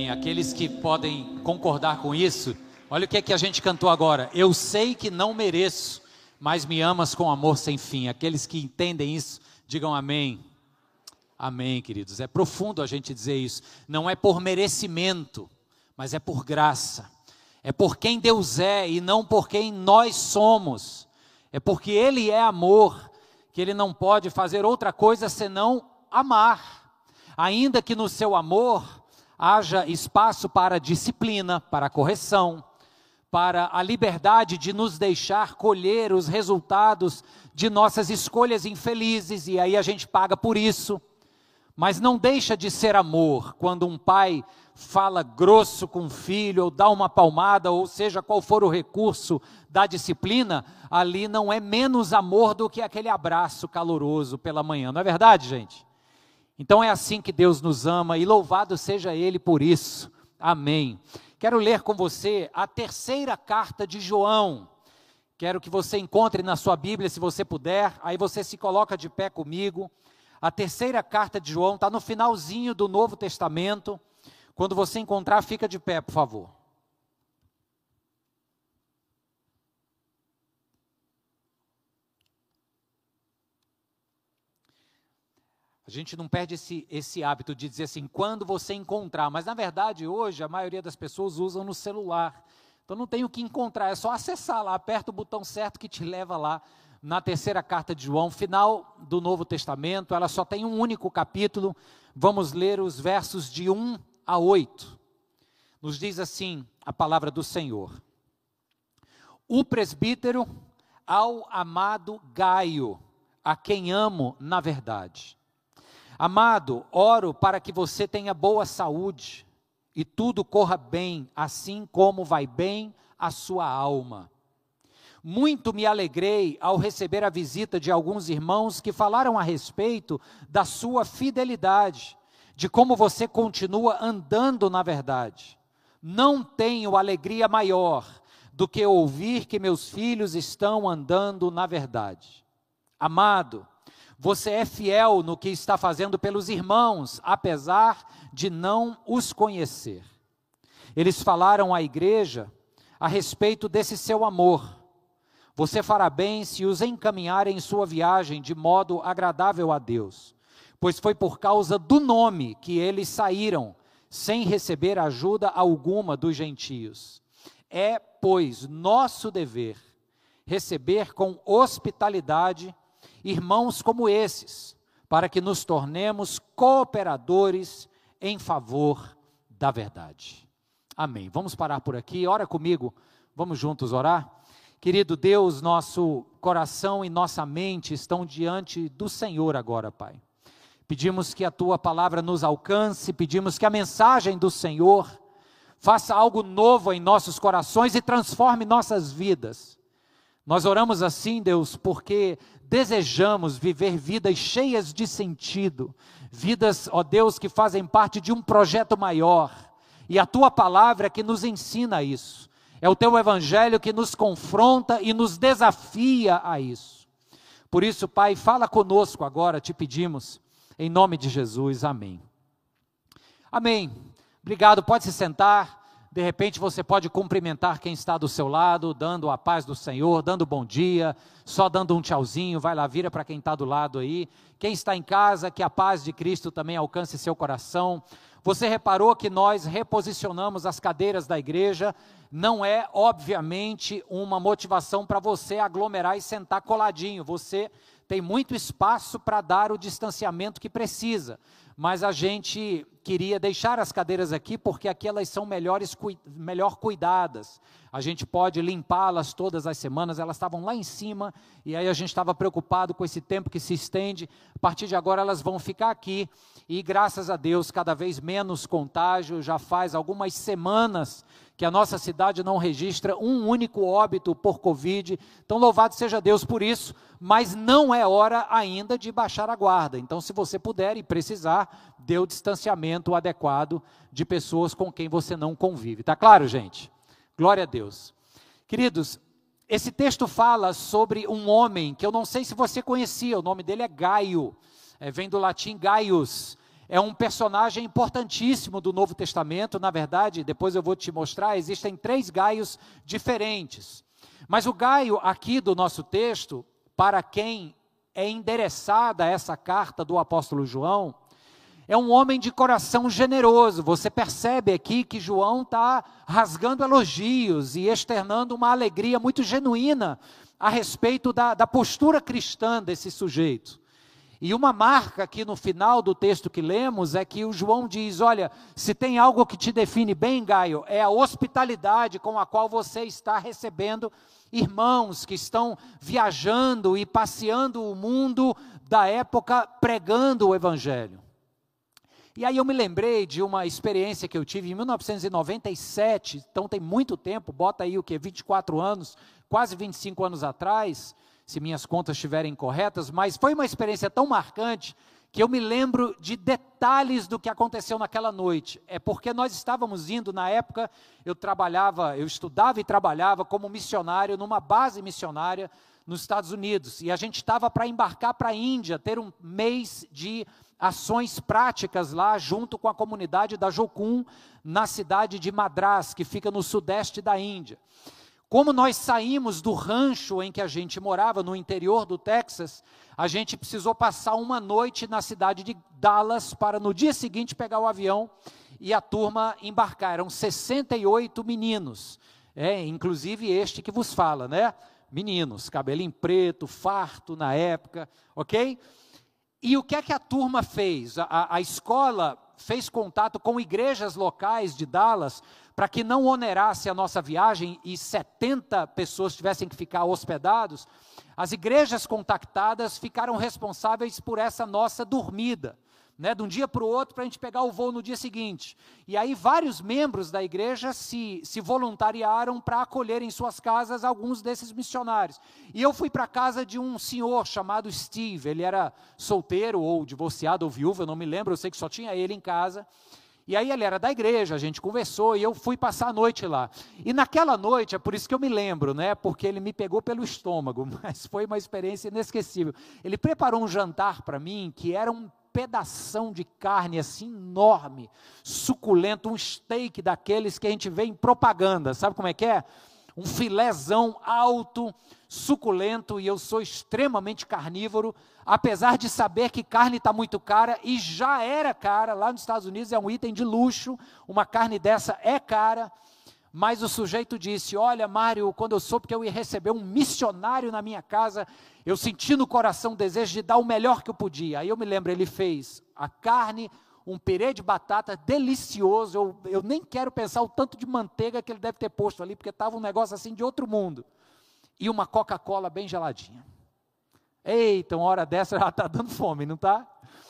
Amém. Aqueles que podem concordar com isso, olha o que é que a gente cantou agora. Eu sei que não mereço, mas me amas com amor sem fim. Aqueles que entendem isso, digam amém. Amém, queridos. É profundo a gente dizer isso. Não é por merecimento, mas é por graça. É por quem Deus é e não por quem nós somos. É porque Ele é amor, que Ele não pode fazer outra coisa senão amar. Ainda que no seu amor haja espaço para disciplina, para correção, para a liberdade de nos deixar colher os resultados de nossas escolhas infelizes, e aí a gente paga por isso. Mas não deixa de ser amor quando um pai fala grosso com o filho, ou dá uma palmada, ou seja, qual for o recurso da disciplina, ali não é menos amor do que aquele abraço caloroso pela manhã, não é verdade, gente? Então é assim que Deus nos ama, e louvado seja Ele por isso, amém. Quero ler com você a terceira carta de João, quero que você encontre na sua Bíblia, se você puder, aí você se coloca de pé comigo. A terceira carta de João está no finalzinho do Novo Testamento. Quando você encontrar, fica de pé, por favor. A gente não perde esse hábito de dizer assim, quando você encontrar. Mas, na verdade, hoje, a maioria das pessoas usam no celular. Então, não tem o que encontrar, é só acessar lá, aperta o botão certo que te leva lá. Na terceira carta de João, final do Novo Testamento, ela só tem um único capítulo. Vamos ler os versos de 1 a 8. Nos diz assim a palavra do Senhor. O presbítero ao amado Gaio, a quem amo na verdade. Amado, oro para que você tenha boa saúde e tudo corra bem, assim como vai bem a sua alma. Muito me alegrei ao receber a visita de alguns irmãos que falaram a respeito da sua fidelidade, de como você continua andando na verdade. Não tenho alegria maior do que ouvir que meus filhos estão andando na verdade. Amado, você é fiel no que está fazendo pelos irmãos, apesar de não os conhecer. Eles falaram à igreja a respeito desse seu amor. Você fará bem se os encaminhar em sua viagem de modo agradável a Deus, pois foi por causa do nome que eles saíram, sem receber ajuda alguma dos gentios. É, pois, nosso dever receber com hospitalidade irmãos como esses, para que nos tornemos cooperadores em favor da verdade. Amém. Vamos parar por aqui, ora comigo, vamos juntos orar? Querido Deus, nosso coração e nossa mente estão diante do Senhor agora, Pai. Pedimos que a Tua palavra nos alcance, pedimos que a mensagem do Senhor faça algo novo em nossos corações e transforme nossas vidas. Nós oramos assim, Deus, porque desejamos viver vidas cheias de sentido, vidas, ó Deus, que fazem parte de um projeto maior, e a Tua palavra é que nos ensina isso. É o Teu Evangelho que nos confronta e nos desafia a isso. Por isso, Pai, fala conosco agora, te pedimos, em nome de Jesus, amém. Amém. Obrigado, pode se sentar. De repente você pode cumprimentar quem está do seu lado, dando a paz do Senhor, dando bom dia, só dando um tchauzinho, vai lá, vira para quem está do lado aí. Quem está em casa, que a paz de Cristo também alcance seu coração. Você reparou que nós reposicionamos as cadeiras da igreja, não é obviamente uma motivação para você aglomerar e sentar coladinho, você tem muito espaço para dar o distanciamento que precisa, mas a gente queria deixar as cadeiras aqui, porque aqui elas são melhor cuidadas, a gente pode limpá-las todas as semanas, elas estavam lá em cima, e aí a gente estava preocupado com esse tempo que se estende, a partir de agora elas vão ficar aqui, e graças a Deus, cada vez menos contágio, já faz algumas semanas que a nossa cidade não registra um único óbito por Covid, então louvado seja Deus por isso, mas não é hora ainda de baixar a guarda, então se você puder e precisar, dê o distanciamento adequado de pessoas com quem você não convive, tá claro, gente? Glória a Deus. Queridos, esse texto fala sobre um homem que eu não sei se você conhecia, o nome dele é Gaio, vem do latim Gaius, é um personagem importantíssimo do Novo Testamento. Na verdade, depois eu vou te mostrar, existem 3 Gaios diferentes. Mas o Gaio aqui do nosso texto, para quem é endereçada essa carta do apóstolo João, é um homem de coração generoso. Você percebe aqui que João está rasgando elogios e externando uma alegria muito genuína a respeito da postura cristã desse sujeito. E uma marca aqui no final do texto que lemos é que o João diz, olha, se tem algo que te define bem, Gaio, é a hospitalidade com a qual você está recebendo irmãos que estão viajando e passeando o mundo da época pregando o evangelho. E aí eu me lembrei de uma experiência que eu tive em 1997, então tem muito tempo, bota aí o que, 24 anos, quase 25 anos atrás, se minhas contas estiverem corretas, mas foi uma experiência tão marcante que eu me lembro de detalhes do que aconteceu naquela noite. É porque nós estávamos indo, na época, eu estudava e trabalhava como missionário numa base missionária nos Estados Unidos, e a gente estava para embarcar para a Índia, ter um mês de ações práticas lá, junto com a comunidade da Jocum, na cidade de Madras, que fica no sudeste da Índia. Como nós saímos do rancho em que a gente morava, no interior do Texas, a gente precisou passar uma noite na cidade de Dallas, para no dia seguinte pegar o avião e a turma embarcar. Eram 68 meninos, inclusive este que vos fala, né? Meninos, cabelinho preto, farto na época, ok? E o que é que a turma fez? A escola fez contato com igrejas locais de Dallas, para que não onerasse a nossa viagem e 70 pessoas tivessem que ficar hospedados. As igrejas contactadas ficaram responsáveis por essa nossa dormida, né, de um dia para o outro, para a gente pegar o voo no dia seguinte. E aí vários membros da igreja se voluntariaram para acolher em suas casas alguns desses missionários. E eu fui para a casa de um senhor chamado Steve. Ele era solteiro ou divorciado ou viúvo, eu não me lembro, eu sei que só tinha ele em casa. E aí ele era da igreja, a gente conversou e eu fui passar a noite lá. E naquela noite, é por isso que eu me lembro, né, porque ele me pegou pelo estômago, mas foi uma experiência inesquecível. Ele preparou um jantar para mim que era um pedação de carne assim enorme, suculento, um steak daqueles que a gente vê em propaganda, sabe como é que é? Um filézão alto, suculento, e eu sou extremamente carnívoro, apesar de saber que carne está muito cara, e já era cara, lá nos Estados Unidos é um item de luxo, uma carne dessa é cara, mas o sujeito disse, olha Mário, quando eu soube que eu ia receber um missionário na minha casa, eu senti no coração o desejo de dar o melhor que eu podia. Aí eu me lembro, ele fez a carne, um pirê de batata delicioso, eu nem quero pensar o tanto de manteiga que ele deve ter posto ali, porque estava um negócio assim de outro mundo, e uma Coca-Cola bem geladinha. Eita, uma hora dessa já está dando fome, não está?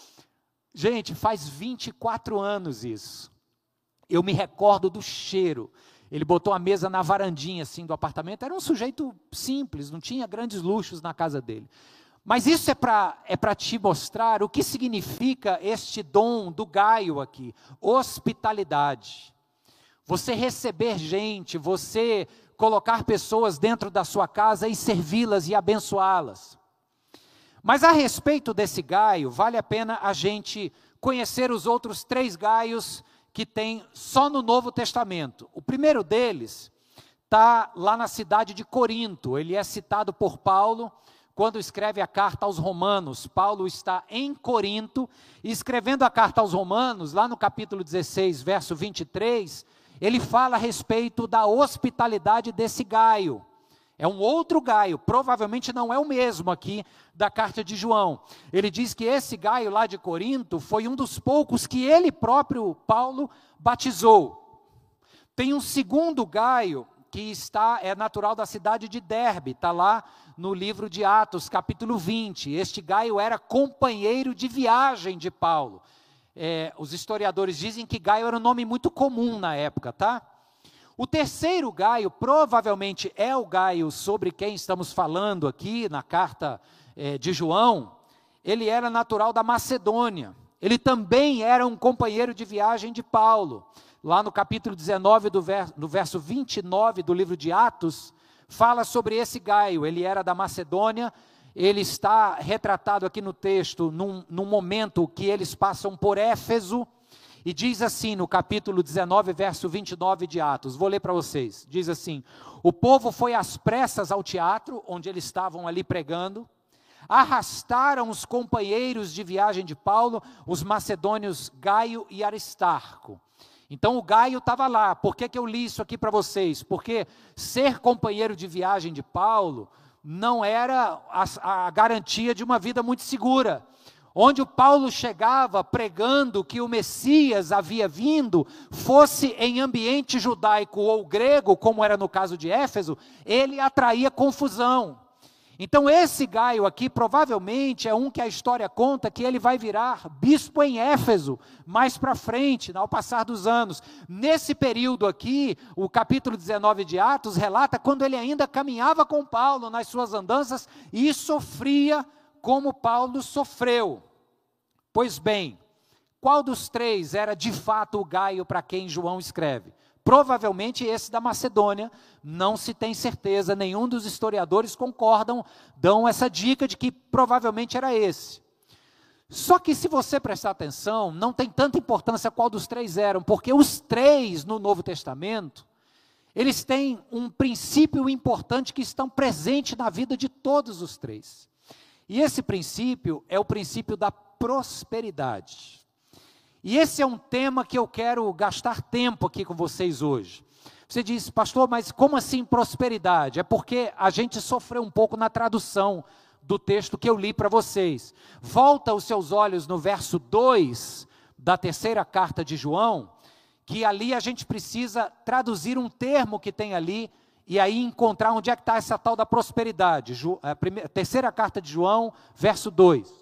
Gente, faz 24 anos isso, eu me recordo do cheiro. Ele botou a mesa na varandinha assim do apartamento, era um sujeito simples, não tinha grandes luxos na casa dele. Mas isso é para te mostrar o que significa este dom do Gaio aqui, hospitalidade. Você receber gente, você colocar pessoas dentro da sua casa e servi-las e abençoá-las. Mas a respeito desse Gaio, vale a pena a gente conhecer os outros 3 Gaios que tem só no Novo Testamento. O primeiro deles está lá na cidade de Corinto. Ele é citado por Paulo quando escreve a carta aos Romanos. Paulo está em Corinto, e escrevendo a carta aos Romanos, lá no capítulo 16, verso 23, ele fala a respeito da hospitalidade desse Gaio. É um outro Gaio, provavelmente não é o mesmo aqui da carta de João. Ele diz que esse Gaio lá de Corinto foi um dos poucos que ele próprio, Paulo, batizou. Tem um segundo Gaio que é natural da cidade de Derbe, está lá no livro de Atos, capítulo 20. Este Gaio era companheiro de viagem de Paulo. Os historiadores dizem que Gaio era um nome muito comum na época, tá? O terceiro Gaio, provavelmente é o Gaio sobre quem estamos falando aqui na carta de João. Ele era natural da Macedônia. Ele também era um companheiro de viagem de Paulo. Lá no capítulo 19, no verso 29 do livro de Atos, fala sobre esse Gaio. Ele era da Macedônia ele está retratado aqui no texto, num momento que eles passam por Éfeso, e diz assim no capítulo 19, verso 29 de Atos, vou ler para vocês, diz assim: o povo foi às pressas ao teatro, onde eles estavam ali pregando, arrastaram os companheiros de viagem de Paulo, os macedônios Gaio e Aristarco. Então o Gaio estava lá. Por que eu li isso aqui para vocês? Porque ser companheiro de viagem de Paulo não era a garantia de uma vida muito segura. Onde o Paulo chegava pregando que o Messias havia vindo, fosse em ambiente judaico ou grego, como era no caso de Éfeso, ele atraía confusão. Então esse Gaio aqui provavelmente é um que a história conta que ele vai virar bispo em Éfeso, mais para frente, ao passar dos anos. Nesse período aqui, o capítulo 19 de Atos relata quando ele ainda caminhava com Paulo nas suas andanças e sofria como Paulo sofreu. Pois bem, qual dos três era de fato o Gaio para quem João escreve? Provavelmente esse da Macedônia, não se tem certeza, nenhum dos historiadores concordam, dão essa dica de que provavelmente era esse. Só que se você prestar atenção, não tem tanta importância qual dos três eram, porque os três no Novo Testamento, eles têm um princípio importante que estão presente na vida de todos os três. E esse princípio é o princípio da prosperidade. E esse é um tema que eu quero gastar tempo aqui com vocês hoje. Você diz, pastor, mas como assim prosperidade? É porque a gente sofreu um pouco na tradução do texto que eu li para vocês. Volta os seus olhos no verso 2 da terceira carta de João, que ali a gente precisa traduzir um termo que tem ali, e aí encontrar onde é que está essa tal da prosperidade. Terceira carta de João, verso 2.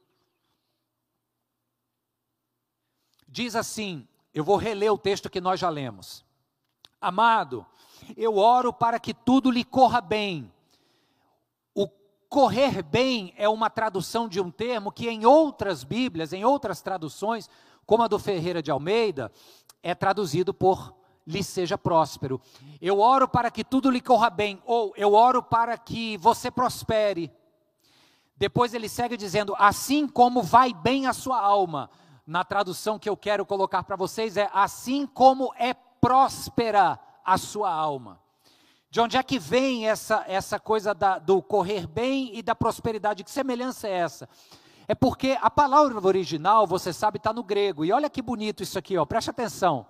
Diz assim, eu vou reler o texto que nós já lemos. Amado, eu oro para que tudo lhe corra bem. O correr bem é uma tradução de um termo que em outras Bíblias, em outras traduções, como a do Ferreira de Almeida, é traduzido por lhe seja próspero. Eu oro para que tudo lhe corra bem, ou eu oro para que você prospere. Depois ele segue dizendo, assim como vai bem a sua alma. Na tradução que eu quero colocar para vocês é, assim como é próspera a sua alma. De onde é que vem essa coisa do correr bem e da prosperidade? Que semelhança é essa? É porque a palavra original, você sabe, está no grego. E olha que bonito isso aqui, preste atenção.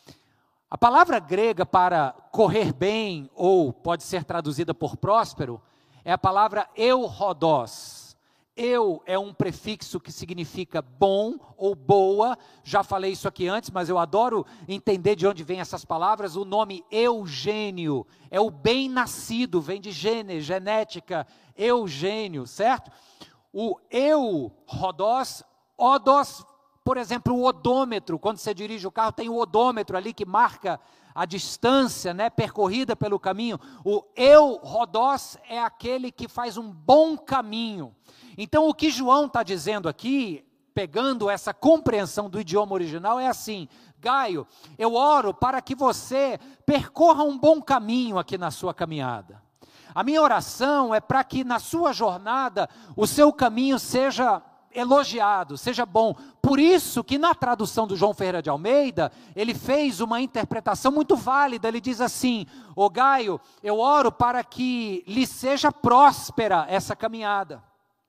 A palavra grega para correr bem, ou pode ser traduzida por próspero, é a palavra eurodós. Eu é um prefixo que significa bom ou boa, já falei isso aqui antes, mas eu adoro entender de onde vêm essas palavras. O nome Eugênio é o bem-nascido, vem de gene, genética, Eugênio, certo? O eurodós, odos, por exemplo, o odômetro, quando você dirige o carro, tem o odômetro ali que marca a distância, percorrida pelo caminho. O eurodós é aquele que faz um bom caminho. Então o que João está dizendo aqui, pegando essa compreensão do idioma original, é assim, Gaio, eu oro para que você percorra um bom caminho aqui na sua caminhada. A minha oração é para que na sua jornada, o seu caminho seja elogiado, seja bom. Por isso que na tradução do João Ferreira de Almeida, ele fez uma interpretação muito válida. Ele diz assim, ô Gaio, eu oro para que lhe seja próspera essa caminhada,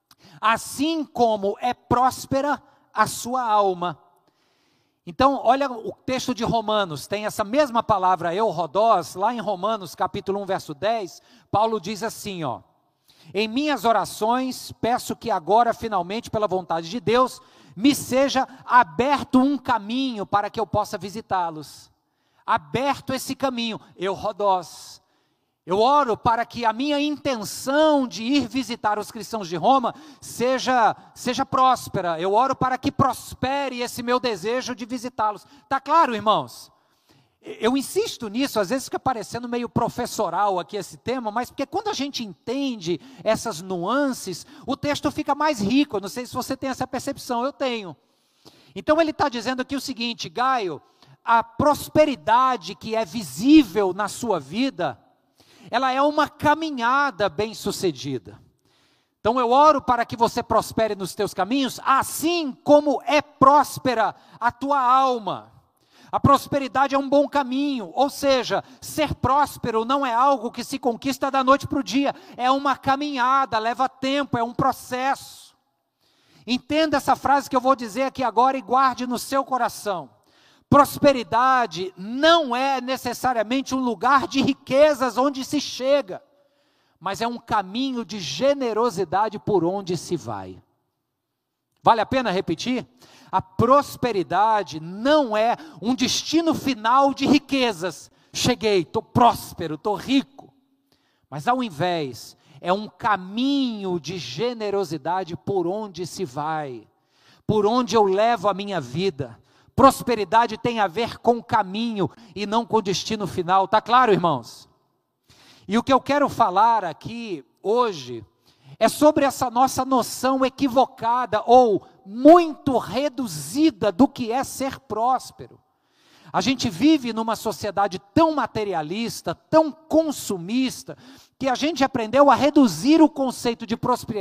assim como é próspera a sua alma. Então, olha o texto de Romanos, tem essa mesma palavra eurodós, lá em Romanos capítulo 1, verso 10, Paulo diz assim, em minhas orações, peço que agora, finalmente, pela vontade de Deus, me seja aberto um caminho para que eu possa visitá-los. Aberto esse caminho, eurodós. Eu oro para que a minha intenção de ir visitar os cristãos de Roma seja próspera. Eu oro para que prospere esse meu desejo de visitá-los. Está claro, irmãos? Eu insisto nisso, às vezes fica parecendo meio professoral aqui esse tema, mas porque quando a gente entende essas nuances, o texto fica mais rico. Eu não sei se você tem essa percepção, eu tenho. Então ele está dizendo aqui o seguinte, Gaio, a prosperidade que é visível na sua vida, ela é uma caminhada bem-sucedida. Então eu oro para que você prospere nos teus caminhos, assim como é próspera a tua alma. A prosperidade é um bom caminho, ou seja, ser próspero não é algo que se conquista da noite para o dia, é uma caminhada, leva tempo, é um processo. Entenda essa frase que eu vou dizer aqui agora e guarde no seu coração. Prosperidade não é necessariamente um lugar de riquezas onde se chega, mas é um caminho de generosidade por onde se vai. Vale a pena repetir? A prosperidade não é um destino final de riquezas. Cheguei, estou próspero, estou rico. Mas ao invés, é um caminho de generosidade por onde se vai, por onde eu levo a minha vida. Prosperidade tem a ver com caminho e não com destino final. Está claro, irmãos? E o que eu quero falar aqui hoje é sobre essa nossa noção equivocada ou muito reduzida do que é ser próspero. A gente vive numa sociedade tão materialista, tão consumista, que a gente aprendeu a reduzir o conceito de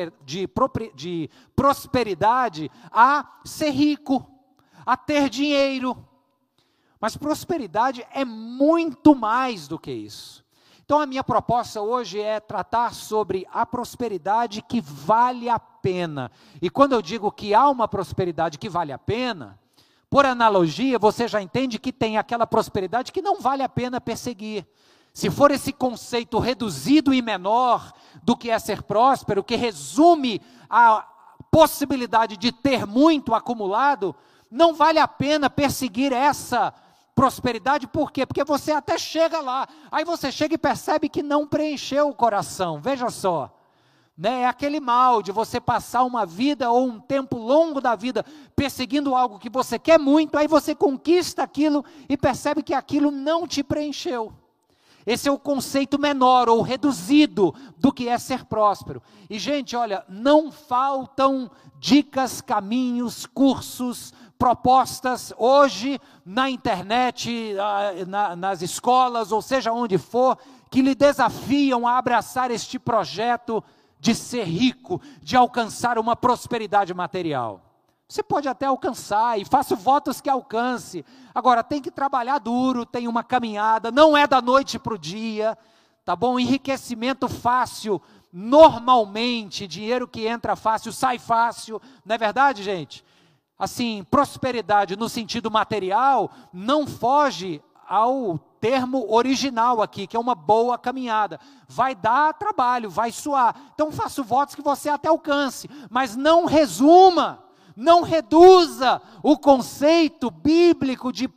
prosperidade a ser rico, a ter dinheiro. Mas prosperidade é muito mais do que isso. Então a minha proposta hoje é tratar sobre a prosperidade que vale a pena. E quando eu digo que há uma prosperidade que vale a pena, por analogia, você já entende que tem aquela prosperidade que não vale a pena perseguir. Se for esse conceito reduzido e menor do que é ser próspero, que resume a possibilidade de ter muito acumulado, não vale a pena perseguir essa prosperidade. Por quê? Porque você até chega lá, aí você chega e percebe que não preencheu o coração. Veja só, né? É aquele mal de você passar uma vida ou um tempo longo da vida perseguindo algo que você quer muito, aí você conquista aquilo e percebe que aquilo não te preencheu. Esse é o conceito menor ou reduzido do que é ser próspero. E gente, olha, não faltam dicas, caminhos, cursos, propostas hoje na internet, nas escolas, ou seja onde for, que lhe desafiam a abraçar este projeto de ser rico, de alcançar uma prosperidade material. Você pode até alcançar, e faço votos que alcance. Agora, tem que trabalhar duro, tem uma caminhada, não é da noite para o dia, tá bom? Enriquecimento fácil, normalmente, dinheiro que entra fácil, sai fácil, não é verdade, gente? Assim, prosperidade no sentido material, não foge ao termo original aqui, que é uma boa caminhada. Vai dar trabalho, vai suar. Então, faço votos que você até alcance, mas não resuma, não reduza o conceito bíblico de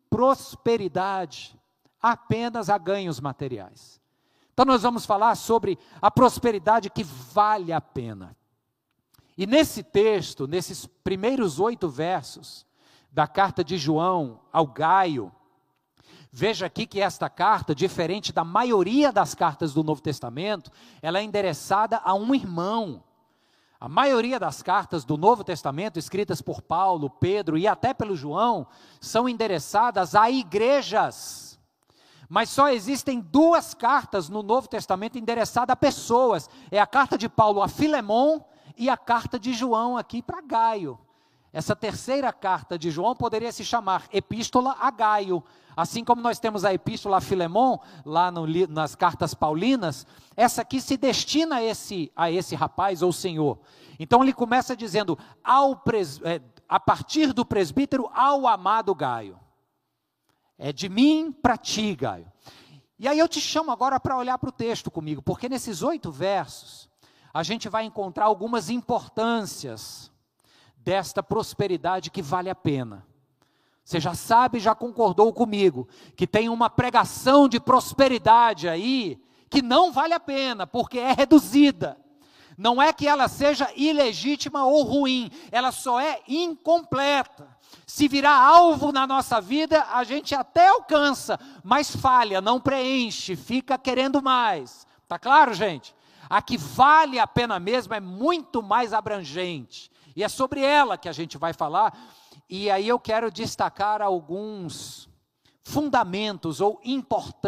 prosperidade apenas a ganhos materiais. Então nós vamos falar sobre a prosperidade que vale a pena. E nesse texto, nesses primeiros 8 versos da carta de João ao Gaio, veja aqui que esta carta, diferente da maioria das cartas do Novo Testamento, ela é endereçada a um irmão. A maioria das cartas do Novo Testamento, escritas por Paulo, Pedro e até pelo João, são endereçadas a igrejas. Mas só existem 2 cartas no Novo Testamento endereçadas a pessoas. É a carta de Paulo a Filemon e a carta de João aqui para Gaio. Essa terceira carta de João poderia se chamar Epístola a Gaio. Assim como nós temos a Epístola a Filemon, lá nas cartas paulinas, essa aqui se destina a esse rapaz ou senhor. Então ele começa dizendo, a partir do presbítero ao amado Gaio. É de mim para ti, Gaio. E aí eu te chamo agora para olhar para o texto comigo, porque nesses 8 versos, a gente vai encontrar algumas importâncias desta prosperidade que vale a pena. Você já sabe, já concordou comigo, que tem uma pregação de prosperidade aí, que não vale a pena, porque é reduzida. Não é que ela seja ilegítima ou ruim, ela só é incompleta. Se virar alvo na nossa vida, a gente até alcança, mas falha, não preenche, fica querendo mais. Tá claro, gente? A que vale a pena mesmo é muito mais abrangente. E é sobre ela que a gente vai falar. E aí eu quero destacar alguns fundamentos ou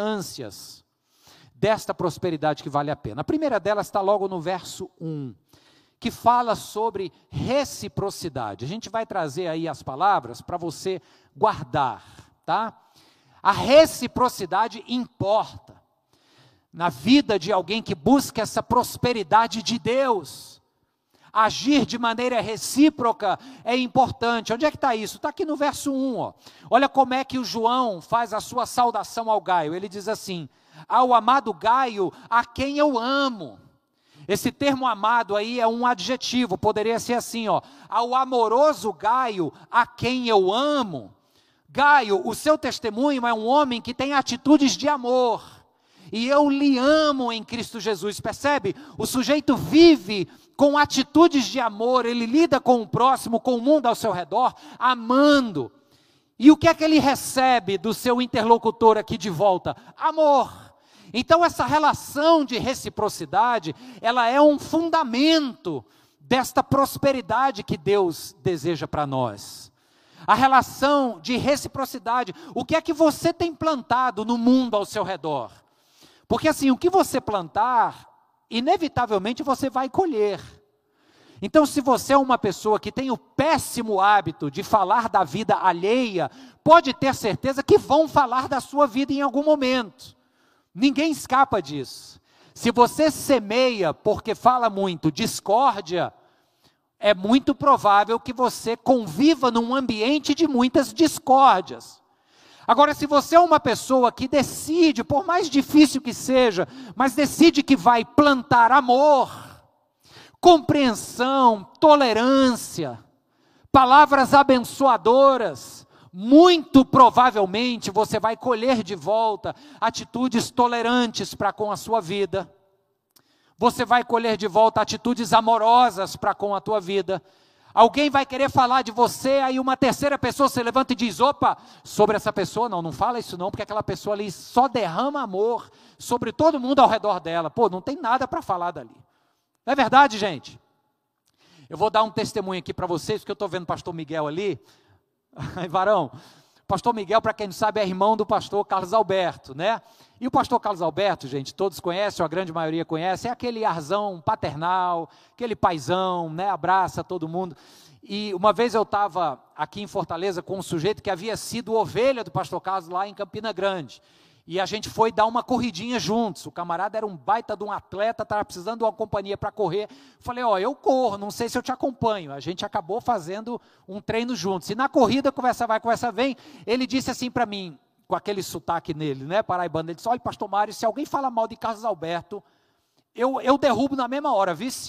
importâncias desta prosperidade que vale a pena. A primeira delas está logo no verso 1. que fala sobre reciprocidade. A gente vai trazer aí as palavras para você guardar, tá? A reciprocidade importa na vida de alguém que busca essa prosperidade de Deus. Agir de maneira recíproca é importante. Onde é que está isso? Está aqui no verso 1. Ó. Olha como é que o João faz a sua saudação ao Gaio. Ele diz assim: ao amado Gaio, a quem eu amo. Esse termo amado aí é um adjetivo, poderia ser assim, ó, ao amoroso Gaio, a quem eu amo. Gaio, o seu testemunho é um homem que tem atitudes de amor, e eu lhe amo em Cristo Jesus, percebe? O sujeito vive com atitudes de amor, ele lida com o próximo, com o mundo ao seu redor, amando. E o que é que ele recebe do seu interlocutor aqui de volta? Amor. Então essa relação de reciprocidade, ela é um fundamento desta prosperidade que Deus deseja para nós. A relação de reciprocidade, o que é que você tem plantado no mundo ao seu redor? Porque assim, o que você plantar, inevitavelmente você vai colher. Então se você é uma pessoa que tem o péssimo hábito de falar da vida alheia, pode ter certeza que vão falar da sua vida em algum momento. Ninguém escapa disso. Se você semeia porque fala muito discórdia, é muito provável que você conviva num ambiente de muitas discórdias. Agora, se você é uma pessoa que decide, por mais difícil que seja, mas decide que vai plantar amor, compreensão, tolerância, palavras abençoadoras, muito provavelmente você vai colher de volta atitudes tolerantes para com a sua vida. Você vai colher de volta atitudes amorosas para com a tua vida. Alguém vai querer falar de você, aí uma terceira pessoa se levanta e diz: opa, sobre essa pessoa não fala isso não, porque aquela pessoa ali só derrama amor sobre todo mundo ao redor dela. Pô, não tem nada para falar dali. Não é verdade, gente? Eu vou dar um testemunho aqui para vocês, porque eu estou vendo o pastor Miguel ali. Aí, varão, pastor Miguel, para quem não sabe, é irmão do pastor Carlos Alberto, né? E o pastor Carlos Alberto, gente, todos conhecem, ou a grande maioria conhece, é aquele arzão paternal, aquele paizão, né? Abraça todo mundo. E uma vez eu estava aqui em Fortaleza com um sujeito que havia sido ovelha do pastor Carlos lá em Campina Grande. E a gente foi dar uma corridinha juntos. O camarada era um baita de um atleta, estava precisando de uma companhia para correr. Falei, ó, eu corro, não sei se eu te acompanho. A gente acabou fazendo um treino juntos. E na corrida, conversa vai, conversa vem, ele disse assim para mim, com aquele sotaque nele, né, paraibano, ele disse: olha, pastor Mário, se alguém fala mal de Carlos Alberto, eu derrubo na mesma hora, vice?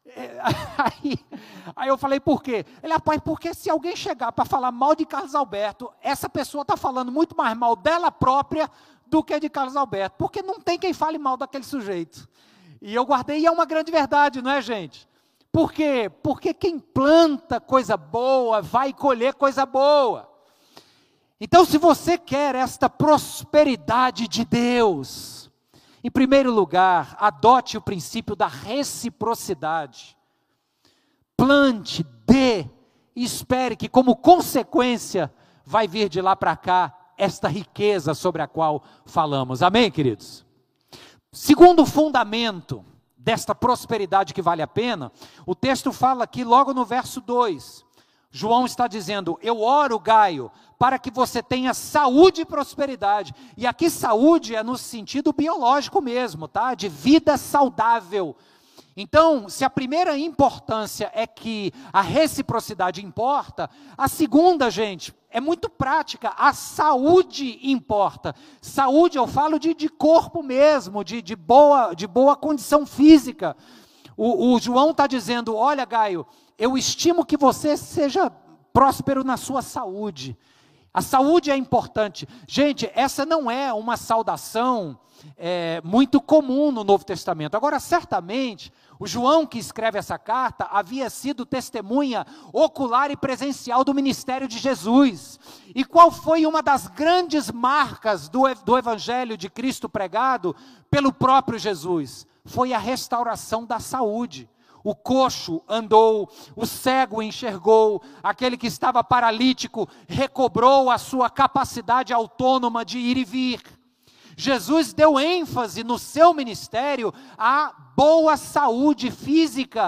Aí eu falei, por quê? Ele, rapaz, porque se alguém chegar para falar mal de Carlos Alberto, essa pessoa está falando muito mais mal dela própria do que de Carlos Alberto, porque não tem quem fale mal daquele sujeito. E eu guardei, e é uma grande verdade, não é, gente? Por quê? Porque quem planta coisa boa, vai colher coisa boa. Então, se você quer esta prosperidade de Deus, em primeiro lugar, adote o princípio da reciprocidade. Plante, dê, e espere que como consequência vai vir de lá para cá esta riqueza sobre a qual falamos. Amém, queridos? Segundo fundamento desta prosperidade que vale a pena, o texto fala aqui logo no verso 2. João está dizendo: eu oro, Gaio, para que você tenha saúde e prosperidade. E aqui saúde é no sentido biológico mesmo, tá? De vida saudável. Então, se a primeira importância é que a reciprocidade importa, a segunda, gente, é muito prática, a saúde importa. Saúde, eu falo de corpo mesmo, de boa condição física. O João está dizendo: olha, Gaio, eu estimo que você seja próspero na sua saúde. A saúde é importante. Gente, essa não é uma saudação muito comum no Novo Testamento. Agora, certamente, o João que escreve essa carta havia sido testemunha ocular e presencial do ministério de Jesus. E qual foi uma das grandes marcas do Evangelho de Cristo pregado pelo próprio Jesus? Foi a restauração da saúde. O coxo andou, o cego enxergou, aquele que estava paralítico recobrou a sua capacidade autônoma de ir e vir. Jesus deu ênfase no seu ministério à boa saúde física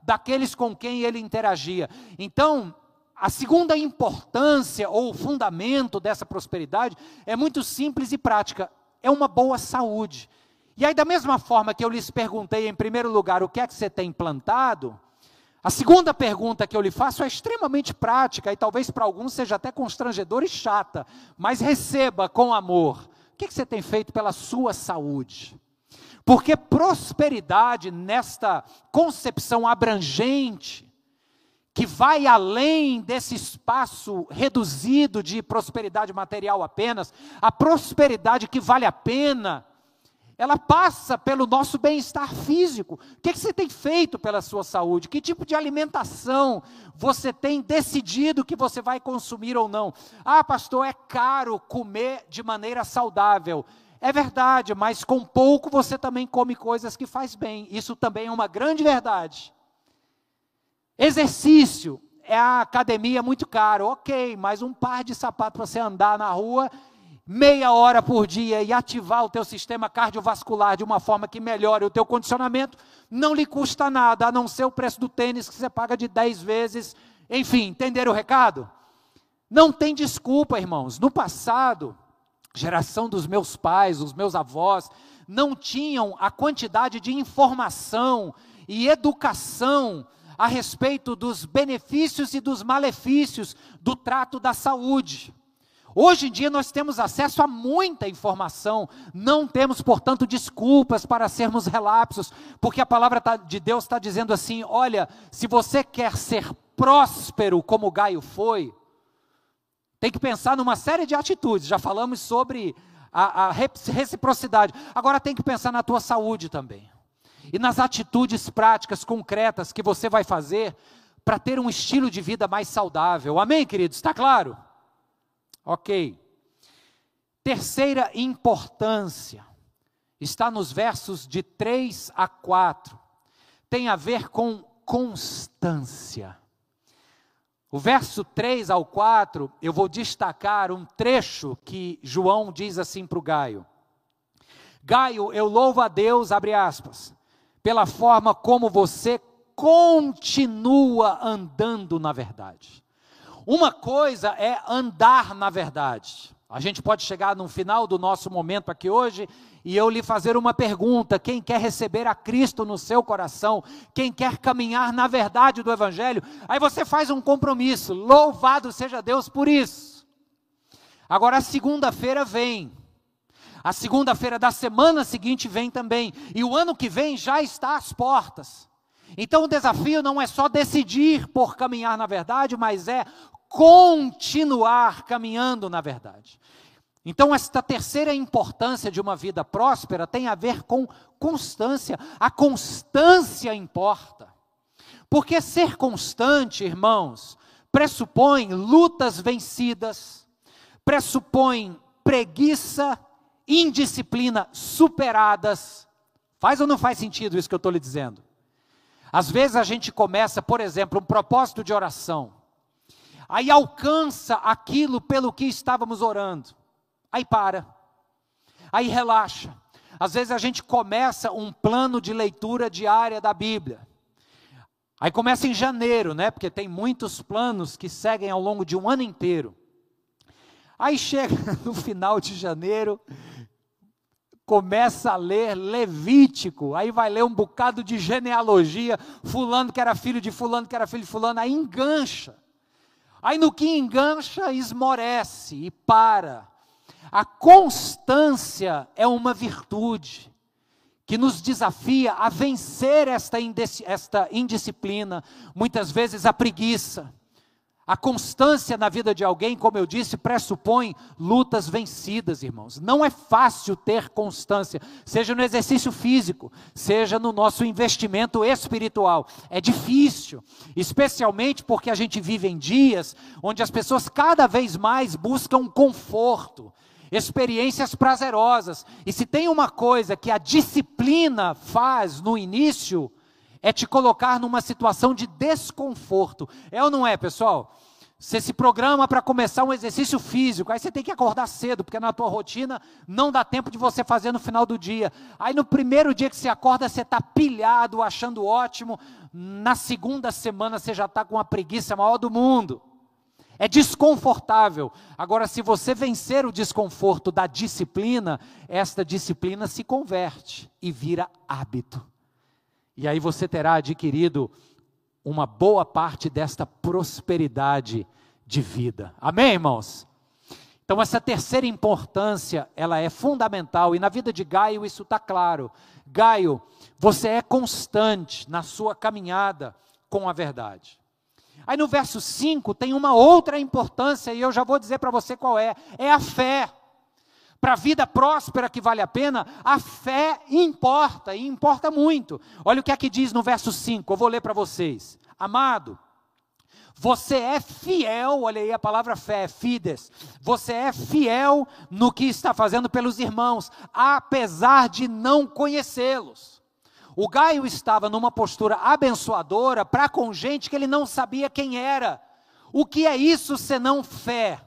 daqueles com quem ele interagia. Então, a segunda importância ou fundamento dessa prosperidade é muito simples e prática, é uma boa saúde. E aí, da mesma forma que eu lhes perguntei em primeiro lugar o que é que você tem plantado, a segunda pergunta que eu lhe faço é extremamente prática e talvez para alguns seja até constrangedora e chata, mas receba com amor. O que é que você tem feito pela sua saúde? Porque prosperidade nesta concepção abrangente, que vai além desse espaço reduzido de prosperidade material apenas, a prosperidade que vale a pena, ela passa pelo nosso bem-estar físico. O que você tem feito pela sua saúde? Que tipo de alimentação você tem decidido que você vai consumir ou não? Ah, pastor, é caro comer de maneira saudável. É verdade, mas com pouco você também come coisas que faz bem. Isso também é uma grande verdade. Exercício, a academia é muito caro, ok, mas um par de sapatos para você andar na rua, meia hora por dia e ativar o teu sistema cardiovascular de uma forma que melhore o teu condicionamento, não lhe custa nada, a não ser o preço do tênis que você paga de 10 vezes, enfim, entenderam o recado? Não tem desculpa, irmãos. No passado, geração dos meus pais, os meus avós, não tinham a quantidade de informação e educação a respeito dos benefícios e dos malefícios do trato da saúde. Hoje em dia nós temos acesso a muita informação, não temos, portanto, desculpas para sermos relapsos, porque a palavra de Deus está dizendo assim, olha, se você quer ser próspero como Gaio foi, tem que pensar numa série de atitudes, já falamos sobre a reciprocidade, agora tem que pensar na tua saúde também. E nas atitudes práticas, concretas que você vai fazer para ter um estilo de vida mais saudável. Amém, queridos? Está claro? Ok. Terceira importância, está nos versos de 3 a 4. Tem a ver com constância. O verso 3 ao 4, eu vou destacar um trecho que João diz assim para o Gaio. Gaio, eu louvo a Deus, abre aspas, pela forma como você continua andando na verdade. Uma coisa é andar na verdade. A gente pode chegar no final do nosso momento aqui hoje e eu lhe fazer uma pergunta: quem quer receber a Cristo no seu coração, quem quer caminhar na verdade do Evangelho, aí você faz um compromisso, louvado seja Deus por isso. Agora a segunda-feira vem. A segunda-feira da semana seguinte vem também, e o ano que vem já está às portas. Então o desafio não é só decidir por caminhar na verdade, mas é continuar caminhando na verdade. Então esta terceira importância de uma vida próspera tem a ver com constância. A constância importa. Porque ser constante, irmãos, pressupõe lutas vencidas, pressupõe preguiça, indisciplina superadas. Faz ou não faz sentido isso que eu estou lhe dizendo? Às vezes a gente começa, por exemplo, um propósito de oração, aí alcança aquilo pelo que estávamos orando, aí para, aí relaxa. Às vezes a gente começa um plano de leitura diária da Bíblia, aí começa em janeiro, né? Porque tem muitos planos que seguem ao longo de um ano inteiro. Aí chega no final de janeiro, começa a ler Levítico, aí vai ler um bocado de genealogia, fulano que era filho de fulano, que era filho de fulano, aí engancha. Aí no que engancha, esmorece e para. A constância é uma virtude que nos desafia a vencer esta indisciplina, muitas vezes a preguiça. A constância na vida de alguém, como eu disse, pressupõe lutas vencidas, irmãos. Não é fácil ter constância, seja no exercício físico, seja no nosso investimento espiritual. É difícil, especialmente porque a gente vive em dias onde as pessoas cada vez mais buscam conforto, experiências prazerosas. E se tem uma coisa que a disciplina faz no início, é te colocar numa situação de desconforto. É ou não é, pessoal? Você se programa para começar um exercício físico, aí você tem que acordar cedo, porque na tua rotina não dá tempo de você fazer no final do dia. Aí no primeiro dia que você acorda, você está pilhado, achando ótimo. Na segunda semana você já está com a preguiça maior do mundo. É desconfortável. Agora, se você vencer o desconforto da disciplina, esta disciplina se converte e vira hábito. E aí você terá adquirido uma boa parte desta prosperidade de vida. Amém, irmãos? Então essa terceira importância, ela é fundamental, e na vida de Gaio isso está claro. Gaio, você é constante na sua caminhada com a verdade. Aí no verso 5 tem uma outra importância, e eu já vou dizer para você qual é a fé. Para a vida próspera que vale a pena, a fé importa, e importa muito. Olha o que é que diz no verso 5, eu vou ler para vocês. Amado, você é fiel, olha aí a palavra fé, fides. Você é fiel no que está fazendo pelos irmãos, apesar de não conhecê-los. O Gaio estava numa postura abençoadora para com gente que ele não sabia quem era. O que é isso senão fé?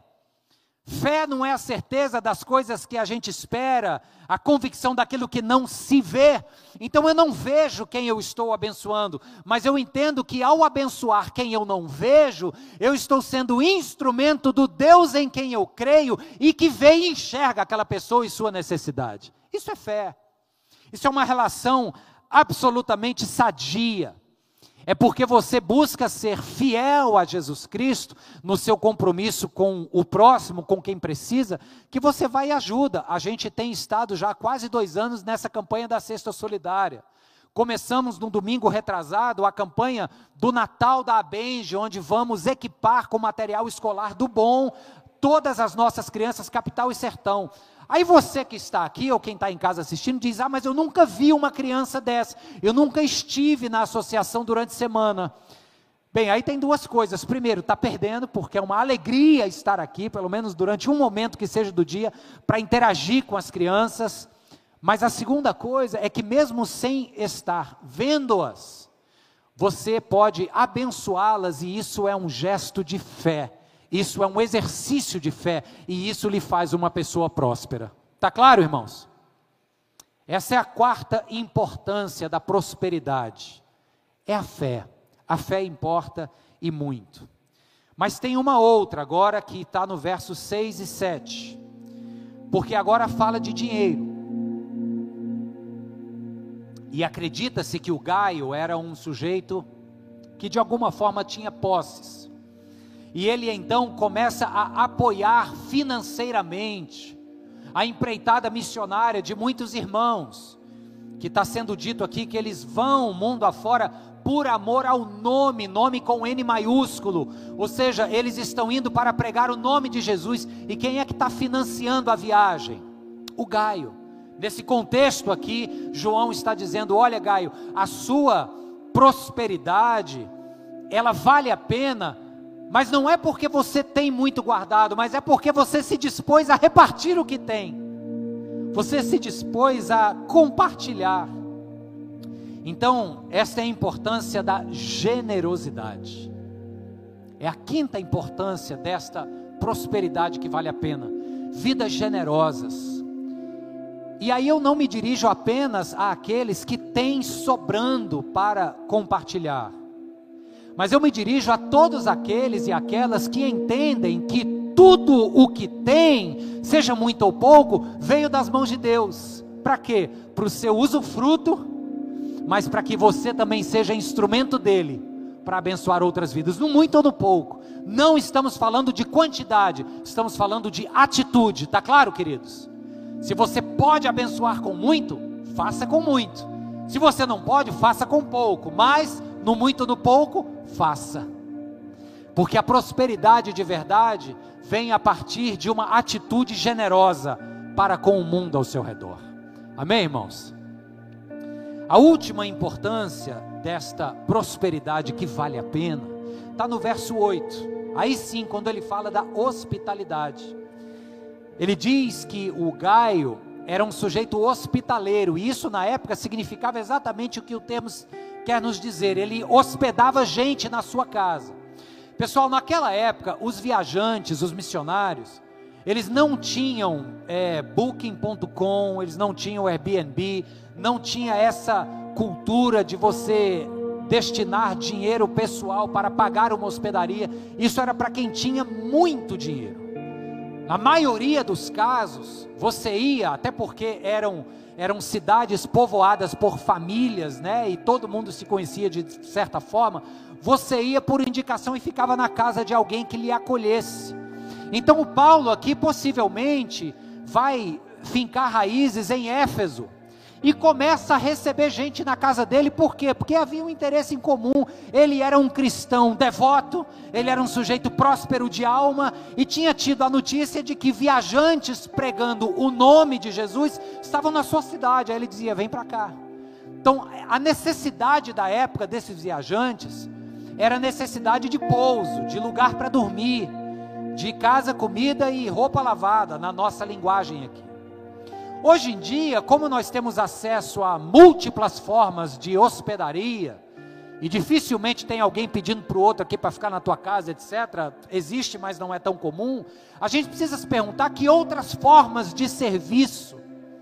Fé não é a certeza das coisas que a gente espera, a convicção daquilo que não se vê. Então eu não vejo quem eu estou abençoando, mas eu entendo que ao abençoar quem eu não vejo, eu estou sendo instrumento do Deus em quem eu creio e que vê e enxerga aquela pessoa e sua necessidade. Isso é fé. Isso é uma relação absolutamente sadia. É porque você busca ser fiel a Jesus Cristo, no seu compromisso com o próximo, com quem precisa, que você vai e ajuda. A gente tem estado já há quase 2 anos nessa campanha da Cesta Solidária. Começamos no domingo retrasado a campanha do Natal da Abenge, onde vamos equipar com material escolar do bom todas as nossas crianças, capital e sertão. Aí você que está aqui, ou quem está em casa assistindo, diz, mas eu nunca vi uma criança dessa, eu nunca estive na associação durante a semana. Bem, aí tem 2 coisas. Primeiro, está perdendo, porque é uma alegria estar aqui, pelo menos durante um momento que seja do dia, para interagir com as crianças. Mas a segunda coisa é que mesmo sem estar vendo-as, você pode abençoá-las, e isso é um gesto de fé. Isso é um exercício de fé, e isso lhe faz uma pessoa próspera. Está claro, irmãos? Essa é a 4ª importância da prosperidade. É a fé. A fé importa e muito. Mas tem uma outra agora que está no versos 6 e 7. Porque agora fala de dinheiro. E acredita-se que o Gaio era um sujeito que de alguma forma tinha posses. E ele então começa a apoiar financeiramente a empreitada missionária de muitos irmãos, que está sendo dito aqui que eles vão mundo afora por amor ao nome com N maiúsculo, ou seja, eles estão indo para pregar o nome de Jesus. E quem é que está financiando a viagem? O Gaio. Nesse contexto aqui, João está dizendo, olha Gaio, a sua prosperidade, ela vale a pena, mas não é porque você tem muito guardado, mas é porque você se dispôs a repartir o que tem. Você se dispôs a compartilhar. Então, esta é a importância da generosidade. É a 5ª importância desta prosperidade que vale a pena. Vidas generosas. E aí eu não me dirijo apenas àqueles que têm sobrando para compartilhar. Mas eu me dirijo a todos aqueles e aquelas que entendem que tudo o que tem, seja muito ou pouco, veio das mãos de Deus. Para quê? Para o seu usufruto, mas para que você também seja instrumento dele, para abençoar outras vidas, no muito ou no pouco. Não estamos falando de quantidade, estamos falando de atitude, está claro, queridos? Se você pode abençoar com muito, faça com muito. Se você não pode, faça com pouco, mas no muito ou no pouco, faça. Porque a prosperidade de verdade vem a partir de uma atitude generosa para com o mundo ao seu redor. Amém, irmãos? A última importância desta prosperidade que vale a pena está no verso 8. Aí sim, quando ele fala da hospitalidade. Ele diz que o Gaio era um sujeito hospitaleiro, e isso na época significava exatamente o que o termo quer nos dizer. Ele hospedava gente na sua casa, Pessoal, naquela época, os viajantes, os missionários, eles não tinham Booking.com, eles não tinham Airbnb, não tinha essa cultura de você destinar dinheiro pessoal para pagar uma hospedaria. Isso era para quem tinha muito dinheiro. Na maioria dos casos, você ia, até porque eram cidades povoadas por famílias, né? E todo mundo se conhecia de certa forma. Você ia por indicação e ficava na casa de alguém que lhe acolhesse. Então o Paulo aqui possivelmente vai fincar raízes em Éfeso e começa a receber gente na casa dele. Por quê? Porque havia um interesse em comum. Ele era um cristão devoto, ele era um sujeito próspero de alma e tinha tido a notícia de que viajantes pregando o nome de Jesus estavam na sua cidade. Aí ele dizia: vem para cá. Então a necessidade da época desses viajantes era necessidade de pouso, de lugar para dormir, de casa, comida e roupa lavada, na nossa linguagem aqui. Hoje em dia, como nós temos acesso a múltiplas formas de hospedaria, e dificilmente tem alguém pedindo para o outro aqui para ficar na tua casa, etc., existe, mas não é tão comum, a gente precisa se perguntar que outras formas de serviço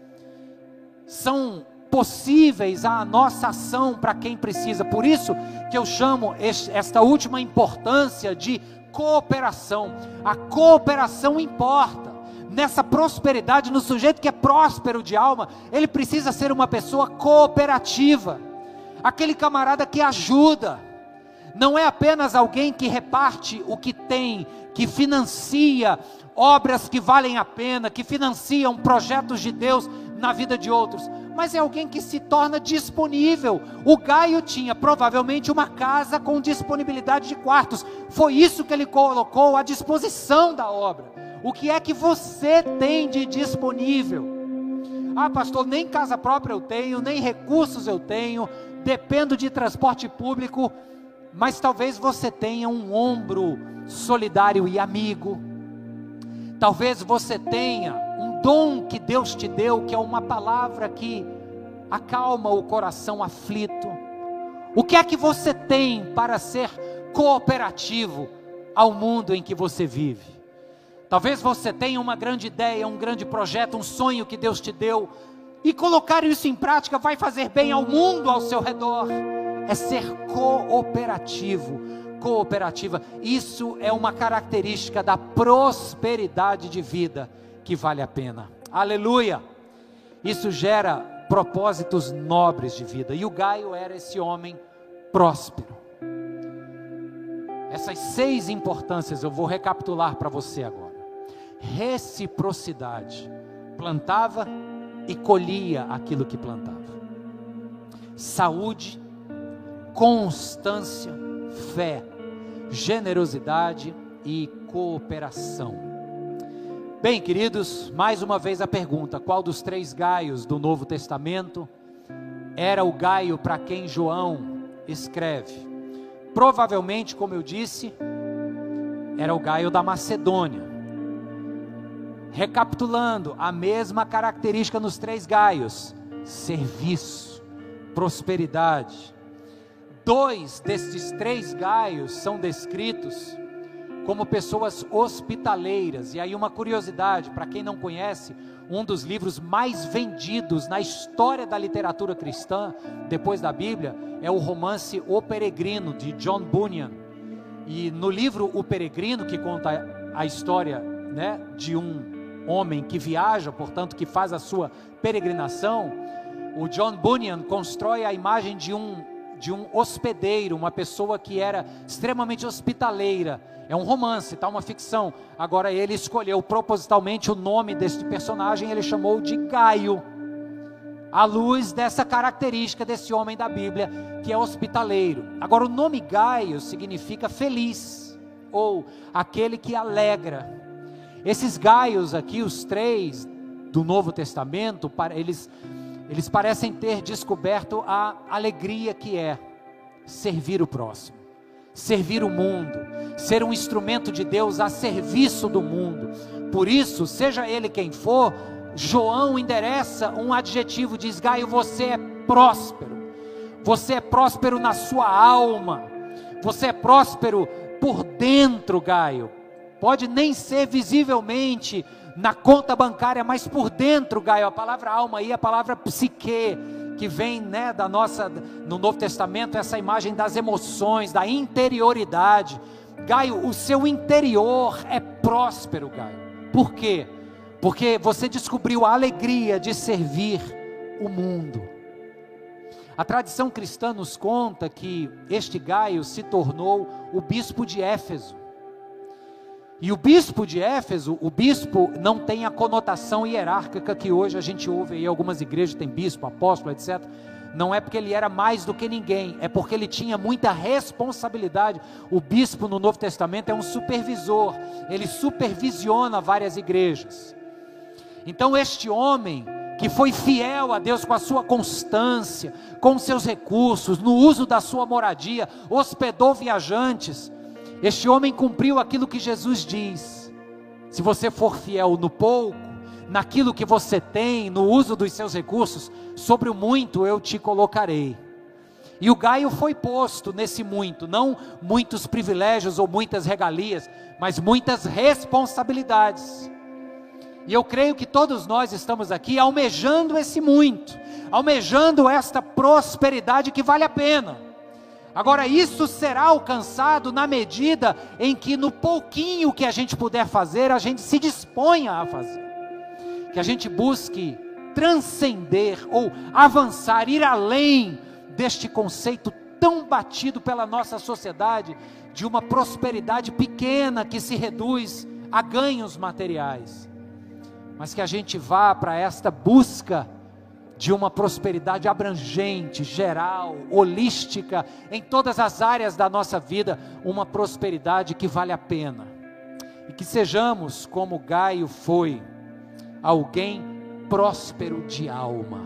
são possíveis à nossa ação para quem precisa. Por isso que eu chamo esta última importância de cooperação. A cooperação importa. Nessa prosperidade, no sujeito que é próspero de alma, ele precisa ser uma pessoa cooperativa, aquele camarada que ajuda, não é apenas alguém que reparte o que tem, que financia obras que valem a pena, que financiam projetos de Deus na vida de outros, mas é alguém que se torna disponível. O Gaio tinha provavelmente uma casa com disponibilidade de quartos, foi isso que ele colocou à disposição da obra. O que é que você tem de disponível? Ah, pastor, nem casa própria eu tenho, nem recursos eu tenho, dependo de transporte público. Mas talvez você tenha um ombro solidário e amigo. Talvez você tenha um dom que Deus te deu, que é uma palavra que acalma o coração aflito. O que é que você tem para ser cooperativo ao mundo em que você vive? Talvez você tenha uma grande ideia, um grande projeto, um sonho que Deus te deu, e colocar isso em prática vai fazer bem ao mundo ao seu redor. É ser cooperativo, cooperativa. Isso é uma característica da prosperidade de vida que vale a pena. Aleluia! Isso gera propósitos nobres de vida. E o Gaio era esse homem próspero. Essas 6 importâncias eu vou recapitular para você agora. Reciprocidade. Plantava e colhia aquilo que plantava. Saúde, constância, fé, generosidade e cooperação. Bem, queridos, mais uma vez a pergunta: qual dos 3 Gaios do Novo Testamento era o Gaio para quem João escreve? Provavelmente, como eu disse, era o Gaio da Macedônia. Recapitulando, a mesma característica nos 3 Gaios: serviço, prosperidade. 2 desses 3 Gaios são descritos como pessoas hospitaleiras. E aí uma curiosidade, para quem não conhece, um dos livros mais vendidos na história da literatura cristã, depois da Bíblia, é o romance O Peregrino, de John Bunyan. E no livro O Peregrino, que conta a história, né, de um homem que viaja, portanto que faz a sua peregrinação, o John Bunyan constrói a imagem de um hospedeiro, uma pessoa que era extremamente hospitaleira. É um romance, tá? Uma ficção. Agora ele escolheu propositalmente o nome deste personagem, ele chamou de Gaio, à luz dessa característica desse homem da Bíblia, que é hospitaleiro. Agora o nome Gaio significa feliz, ou aquele que alegra. Esses Gaios aqui, os 3 do Novo Testamento, eles parecem ter descoberto a alegria que é servir o próximo, servir o mundo, ser um instrumento de Deus a serviço do mundo. Por isso, seja ele quem for, João endereça um adjetivo, diz: Gaio, você é próspero na sua alma, você é próspero por dentro, Gaio. Pode nem ser visivelmente na conta bancária, mas por dentro, Gaio. A palavra alma aí é a palavra psique, que vem, né, no Novo Testamento, essa imagem das emoções, da interioridade. Gaio, o seu interior é próspero, Gaio. Por quê? Porque você descobriu a alegria de servir o mundo. A tradição cristã nos conta que este Gaio se tornou o bispo de Éfeso. E o bispo de Éfeso, o bispo não tem a conotação hierárquica que hoje a gente ouve aí, algumas igrejas tem bispo, apóstolo, etc. Não é porque ele era mais do que ninguém, é porque ele tinha muita responsabilidade. O bispo no Novo Testamento é um supervisor, ele supervisiona várias igrejas. Então este homem, que foi fiel a Deus com a sua constância, com seus recursos, no uso da sua moradia, hospedou viajantes. Este homem cumpriu aquilo que Jesus diz: se você for fiel no pouco, naquilo que você tem, no uso dos seus recursos, sobre o muito eu te colocarei. E o Gaio foi posto nesse muito, não muitos privilégios ou muitas regalias, mas muitas responsabilidades. E eu creio que todos nós estamos aqui almejando esse muito, almejando esta prosperidade que vale a pena. Agora, isso será alcançado na medida em que no pouquinho que a gente puder fazer, a gente se disponha a fazer. Que a gente busque transcender ou avançar, ir além deste conceito tão batido pela nossa sociedade, de uma prosperidade pequena que se reduz a ganhos materiais. Mas que a gente vá para esta busca de uma prosperidade abrangente, geral, holística, em todas as áreas da nossa vida, uma prosperidade que vale a pena. E que sejamos como Gaio foi, alguém próspero de alma.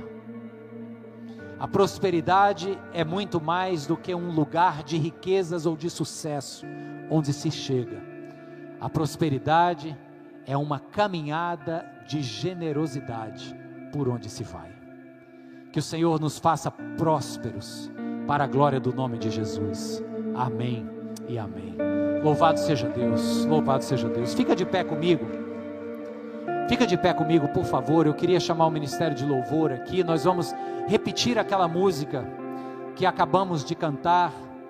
A prosperidade é muito mais do que um lugar de riquezas ou de sucesso, onde se chega. A prosperidade é uma caminhada de generosidade por onde se vai. Que o Senhor nos faça prósperos para a glória do nome de Jesus. Amém e amém. Louvado seja Deus, louvado seja Deus. Fica de pé comigo. Fica de pé comigo, por favor. Eu queria chamar o Ministério de Louvor aqui. Nós vamos repetir aquela música que acabamos de cantar,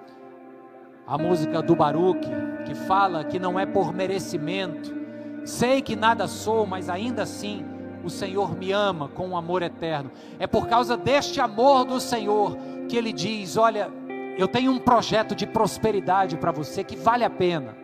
a música do Baruque, que fala que não é por merecimento. Sei que nada sou, mas ainda assim o Senhor me ama com um amor eterno. É por causa deste amor do Senhor que Ele diz: olha, eu tenho um projeto de prosperidade para você que vale a pena.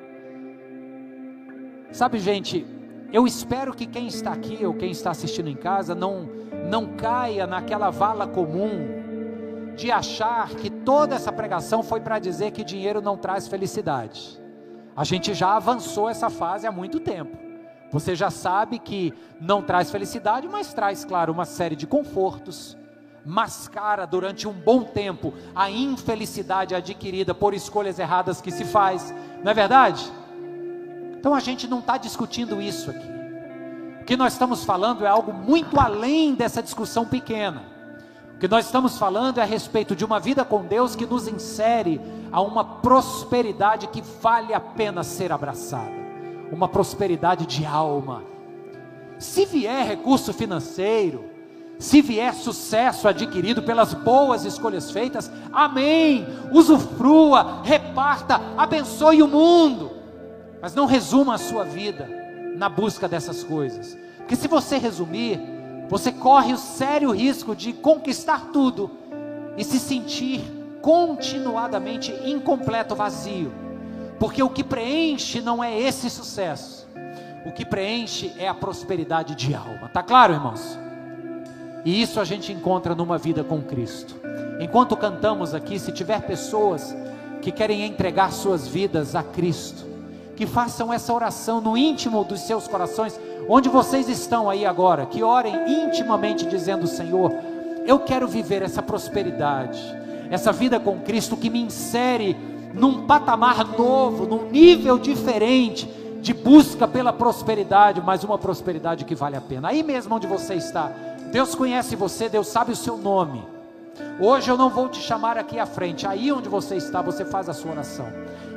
Sabe, gente, eu espero que quem está aqui ou quem está assistindo em casa não caia naquela vala comum de achar que toda essa pregação foi para dizer que dinheiro não traz felicidade. A gente já avançou essa fase há muito tempo. Você já sabe que não traz felicidade, mas traz, claro, uma série de confortos, mascara durante um bom tempo a infelicidade adquirida por escolhas erradas que se faz, não é verdade? Então a gente não está discutindo isso aqui. O que nós estamos falando é algo muito além dessa discussão pequena. O que nós estamos falando é a respeito de uma vida com Deus que nos insere a uma prosperidade que vale a pena ser abraçada. Uma prosperidade de alma. Se vier recurso financeiro, se vier sucesso adquirido pelas boas escolhas feitas, amém, usufrua, reparta, abençoe o mundo, mas não resuma a sua vida na busca dessas coisas, porque se você resumir, você corre o sério risco de conquistar tudo e se sentir continuadamente incompleto, vazio. Porque o que preenche não é esse sucesso, o que preenche é a prosperidade de alma. Está claro, irmãos? E isso a gente encontra numa vida com Cristo. Enquanto cantamos aqui, se tiver pessoas que querem entregar suas vidas a Cristo, que façam essa oração no íntimo dos seus corações, onde vocês estão aí agora, que orem intimamente dizendo: Senhor, eu quero viver essa prosperidade, essa vida com Cristo que me insere num patamar novo, num nível diferente de busca pela prosperidade, mas uma prosperidade que vale a pena. Aí mesmo onde você está, Deus conhece você, Deus sabe o seu nome. Hoje eu não vou te chamar aqui à frente, aí onde você está, você faz a sua oração.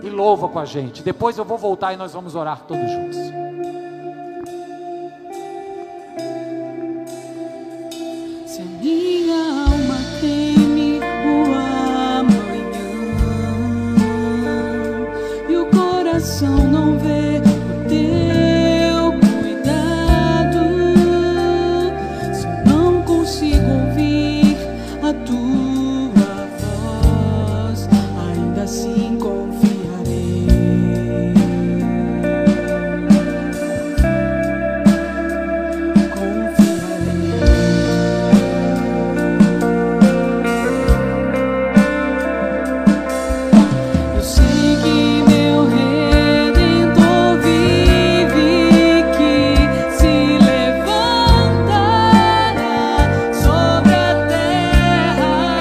e louva com a gente. Depois eu vou voltar e nós vamos orar todos juntos. Se a minha alma teme o amanhã e o coração não vê o teu cuidado, se eu não consigo ouvir a tua voz, ainda assim confiarei. Eu sei que meu Redentor vive, que se levantará sobre a terra.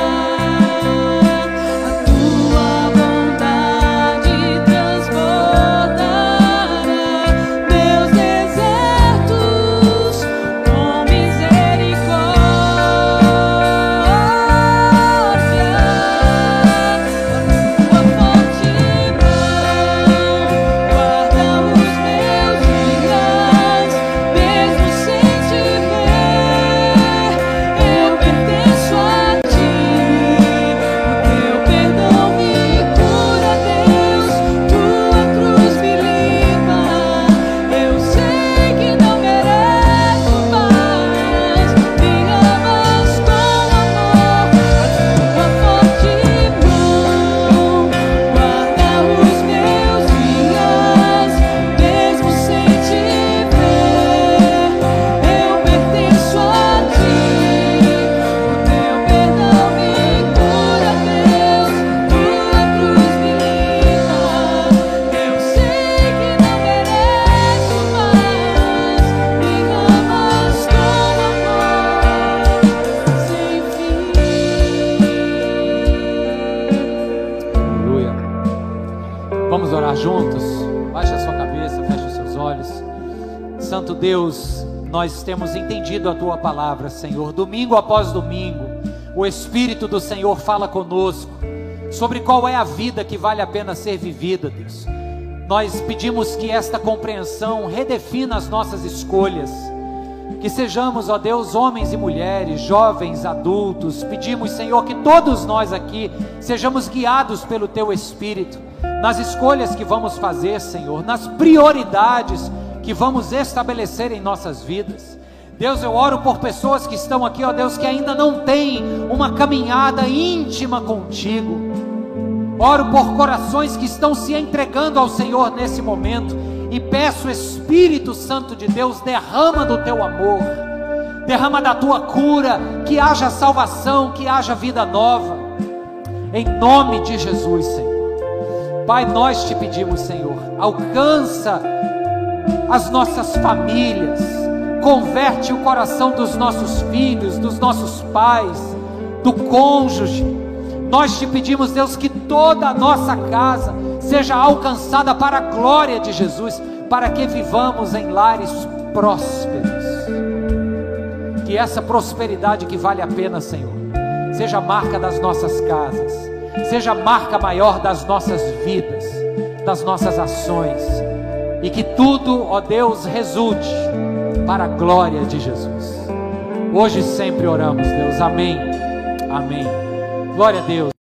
A tua bondade transbordará meus desertos com misericórdia. A tua forte mão guarda os meus dias, mesmo sem te ver, eu pertenço a ti. O teu perdão me cura, Deus, tua cruz me limpa. Eu sei que não mereço, mas me amas com amor. A tua forte mão guarda os meus dias, mesmo sem te ver, eu pertenço a ti. O teu perdão me cura, Deus, tua cruz me limpa. Eu sei que não mereço, mas me amas com amor sem fim. Aleluia. Vamos orar juntos? Baixe a sua cabeça, feche os seus olhos. Santo Deus, nós temos entendido a Tua palavra, Senhor. Domingo após domingo, o Espírito do Senhor fala conosco sobre qual é a vida que vale a pena ser vivida, Deus. Nós pedimos que esta compreensão redefina as nossas escolhas, que sejamos, ó Deus, homens e mulheres, jovens, adultos. Pedimos, Senhor, que todos nós aqui sejamos guiados pelo Teu Espírito, nas escolhas que vamos fazer, Senhor, nas prioridades que vamos estabelecer em nossas vidas. Deus, eu oro por pessoas que estão aqui, ó Deus, que ainda não têm uma caminhada íntima contigo. Oro por corações que estão se entregando ao Senhor nesse momento, e peço, Espírito Santo de Deus, derrama do Teu amor, derrama da Tua cura, que haja salvação, que haja vida nova, em nome de Jesus, Senhor. Pai, nós te pedimos, Senhor, alcança as nossas famílias, converte o coração dos nossos filhos, dos nossos pais, do cônjuge. Nós te pedimos, Deus, que toda a nossa casa seja alcançada para a glória de Jesus, para que vivamos em lares prósperos. Que essa prosperidade que vale a pena, Senhor, seja a marca das nossas casas, seja a marca maior das nossas vidas, das nossas ações, e que tudo, ó Deus, resulte para a glória de Jesus. Hoje e sempre oramos, Deus. Amém. Amém. Glória a Deus.